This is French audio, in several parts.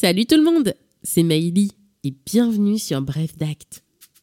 Salut tout le monde, c'est Maëlie et bienvenue sur Bref d'Acte.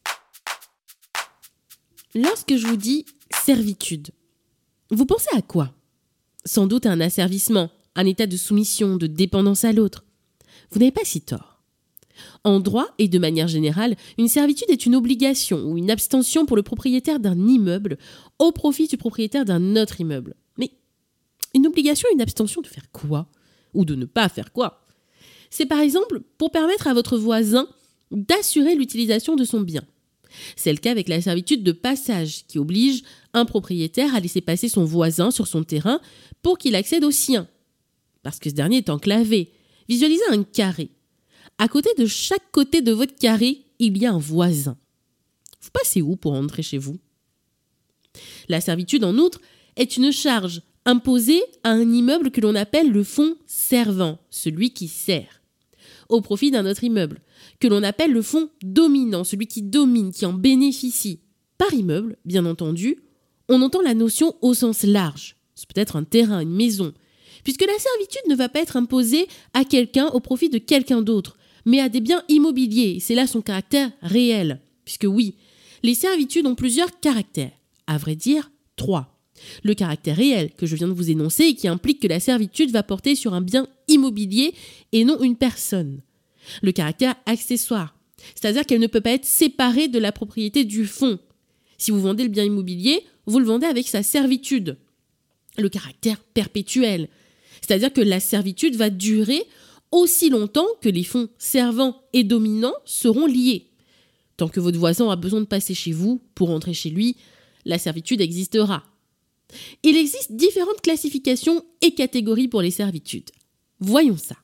Lorsque je vous dis servitude, vous pensez à quoi ? Sans doute à un asservissement, un état de soumission, de dépendance à l'autre. Vous n'avez pas si tort. En droit et de manière générale, une servitude est une obligation ou une abstention pour le propriétaire d'un immeuble au profit du propriétaire d'un autre immeuble. Mais une obligation et une abstention de faire quoi ? Ou de ne pas faire quoi ? C'est par exemple pour permettre à votre voisin d'assurer l'utilisation de son bien. C'est le cas avec la servitude de passage qui oblige un propriétaire à laisser passer son voisin sur son terrain pour qu'il accède au sien. Parce que ce dernier est enclavé. Visualisez un carré. À côté de chaque côté de votre carré, il y a un voisin. Vous passez où pour rentrer chez vous ? La servitude, en outre, est une charge imposée à un immeuble que l'on appelle le fonds servant, celui qui sert, au profit d'un autre immeuble, que l'on appelle le fonds dominant, celui qui domine, qui en bénéficie. Par immeuble, bien entendu, on entend la notion au sens large. C'est peut-être un terrain, une maison, puisque la servitude ne va pas être imposée à quelqu'un au profit de quelqu'un d'autre, mais à des biens immobiliers. C'est là son caractère réel, puisque oui, les servitudes ont plusieurs caractères, à vrai dire 3. Le caractère réel que je viens de vous énoncer et qui implique que la servitude va porter sur un bien immobilier et non une personne. Le caractère accessoire, c'est-à-dire qu'elle ne peut pas être séparée de la propriété du fonds. Si vous vendez le bien immobilier, vous le vendez avec sa servitude. Le caractère perpétuel, c'est-à-dire que la servitude va durer aussi longtemps que les fonds servants et dominants seront liés. Tant que votre voisin a besoin de passer chez vous pour rentrer chez lui, la servitude existera. Il existe différentes classifications et catégories pour les servitudes. Voyons ça.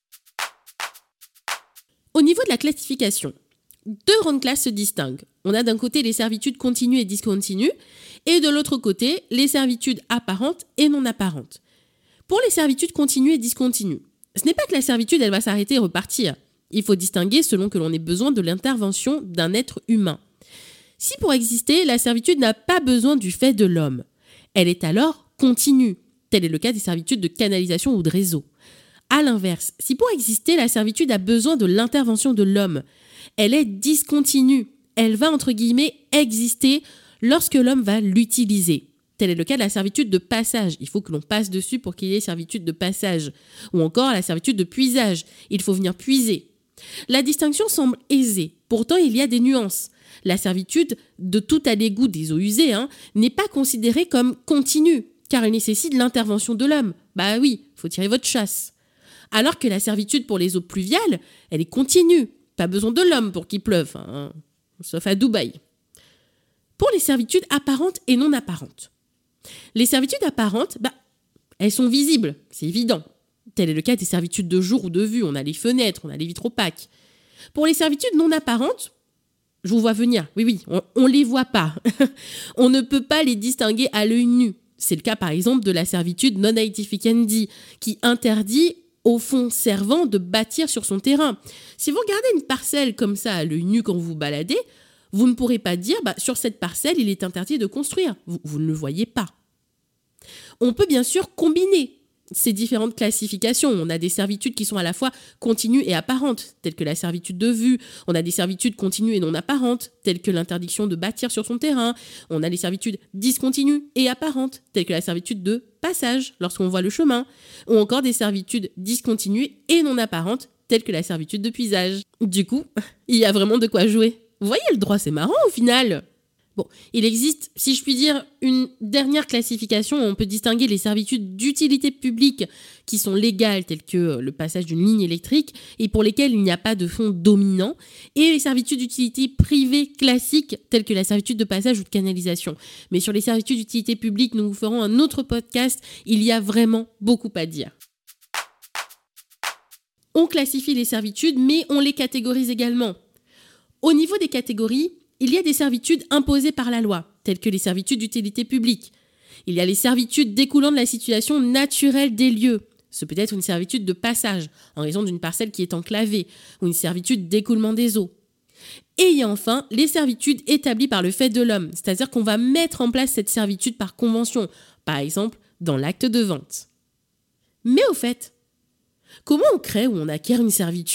Au niveau de la classification, 2 grandes classes se distinguent. On a d'un côté les servitudes continues et discontinues, et de l'autre côté, les servitudes apparentes et non apparentes. Pour les servitudes continues et discontinues, ce n'est pas que la servitude, elle va s'arrêter et repartir. Il faut distinguer selon que l'on ait besoin de l'intervention d'un être humain. Si pour exister, la servitude n'a pas besoin du fait de l'homme, elle est alors continue. Tel est le cas des servitudes de canalisation ou de réseau. À l'inverse, si pour exister, la servitude a besoin de l'intervention de l'homme, elle est discontinue. Elle va, entre guillemets, exister lorsque l'homme va l'utiliser. Tel est le cas de la servitude de passage. Il faut que l'on passe dessus pour qu'il y ait servitude de passage. Ou encore la servitude de puisage. Il faut venir puiser. La distinction semble aisée. Pourtant, il y a des nuances. La servitude de tout à l'égout des eaux usées n'est pas considérée comme continue, car elle nécessite l'intervention de l'homme. Bah oui, il faut tirer votre chasse. Alors que la servitude pour les eaux pluviales, elle est continue. Pas besoin de l'homme pour qu'il pleuve, sauf à Dubaï. Pour les servitudes apparentes et non apparentes. Les servitudes apparentes, elles sont visibles, c'est évident. Tel est le cas des servitudes de jour ou de vue. On a les fenêtres, on a les vitres opaques. Pour les servitudes non apparentes, je vous vois venir. Oui, on les voit pas. On ne peut pas les distinguer à l'œil nu. C'est le cas par exemple de la servitude non aetificandi qui interdit au fonds servant de bâtir sur son terrain. Si vous regardez une parcelle comme ça à l'œil nu quand vous vous baladez, vous ne pourrez pas dire sur cette parcelle il est interdit de construire. Vous ne le voyez pas. On peut bien sûr combiner ces différentes classifications. On a des servitudes qui sont à la fois continues et apparentes, telles que la servitude de vue. On a des servitudes continues et non apparentes, telles que l'interdiction de bâtir sur son terrain. On a les servitudes discontinues et apparentes, telles que la servitude de passage, lorsqu'on voit le chemin. Ou encore des servitudes discontinues et non apparentes, telles que la servitude de puisage. Du coup, il y a vraiment de quoi jouer. Vous voyez, le droit, c'est marrant au final. Bon, il existe, si je puis dire, une dernière classification où on peut distinguer les servitudes d'utilité publique qui sont légales, telles que le passage d'une ligne électrique, et pour lesquelles il n'y a pas de fonds dominant, et les servitudes d'utilité privée classiques, telles que la servitude de passage ou de canalisation. Mais sur les servitudes d'utilité publique, nous vous ferons un autre podcast, il y a vraiment beaucoup à dire. On classifie les servitudes, mais on les catégorise également. Au niveau des catégories, il y a des servitudes imposées par la loi, telles que les servitudes d'utilité publique. Il y a les servitudes découlant de la situation naturelle des lieux. Ce peut être une servitude de passage, en raison d'une parcelle qui est enclavée, ou une servitude d'écoulement des eaux. Et il y a enfin les servitudes établies par le fait de l'homme, c'est-à-dire qu'on va mettre en place cette servitude par convention, par exemple dans l'acte de vente. Mais au fait, Comment on crée ou on acquiert une servitude ?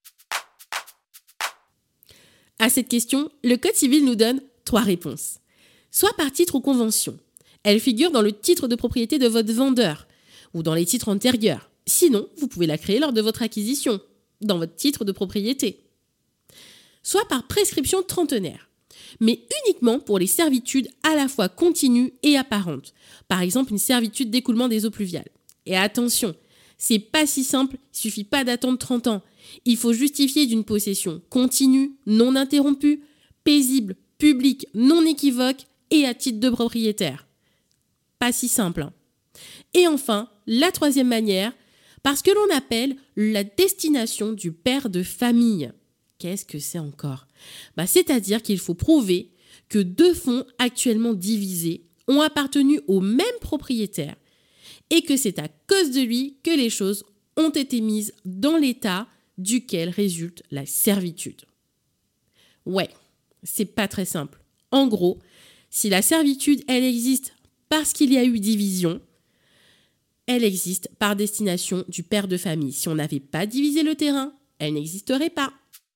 À cette question, le Code civil nous donne 3 réponses. Soit par titre ou convention. Elle figure dans le titre de propriété de votre vendeur ou dans les titres antérieurs. Sinon, vous pouvez la créer lors de votre acquisition, dans votre titre de propriété. Soit par prescription trentenaire, mais uniquement pour les servitudes à la fois continues et apparentes. Par exemple, une servitude d'écoulement des eaux pluviales. Et attention, c'est pas si simple, il suffit pas d'attendre 30 ans. Il faut justifier d'une possession continue, non interrompue, paisible, publique, non équivoque et à titre de propriétaire. Pas si simple, hein. Et enfin, la 3e manière, parce que l'on appelle la destination du père de famille. Qu'est-ce que c'est encore ? C'est-à-dire qu'il faut prouver que 2 fonds actuellement divisés ont appartenu au même propriétaire et que c'est à cause de lui que les choses ont été mises dans l'état duquel résulte la servitude. Ouais, c'est pas très simple. En gros, si la servitude, elle existe parce qu'il y a eu division, elle existe par destination du père de famille. Si on n'avait pas divisé le terrain, elle n'existerait pas.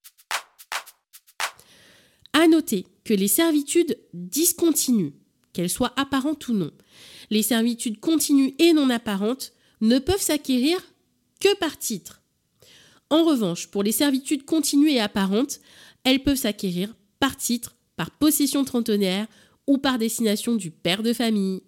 À noter que les servitudes discontinues, qu'elles soient apparentes ou non, les servitudes continues et non apparentes ne peuvent s'acquérir que par titre. En revanche, pour les servitudes continues et apparentes, elles peuvent s'acquérir par titre, par possession trentenaire ou par destination du père de famille.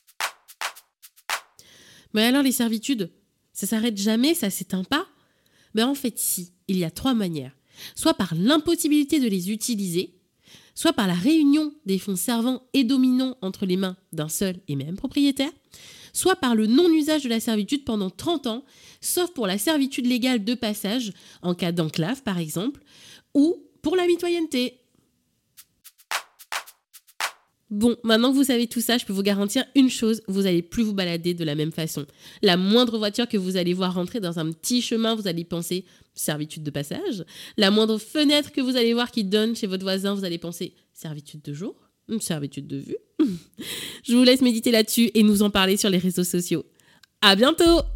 Mais alors les servitudes, ça s'arrête jamais, ça s'éteint pas ? En fait si, il y a 3 manières. Soit par l'impossibilité de les utiliser, soit par la réunion des fonds servants et dominants entre les mains d'un seul et même propriétaire, soit par le non-usage de la servitude pendant 30 ans, sauf pour la servitude légale de passage, en cas d'enclave par exemple, ou pour la mitoyenneté. Bon, maintenant que vous savez tout ça, je peux vous garantir une chose, vous n'allez plus vous balader de la même façon. La moindre voiture que vous allez voir rentrer dans un petit chemin, vous allez penser servitude de passage. La moindre fenêtre que vous allez voir qui donne chez votre voisin, vous allez penser servitude de jour, servitude de vue. Je vous laisse méditer là-dessus et nous en parler sur les réseaux sociaux. À bientôt!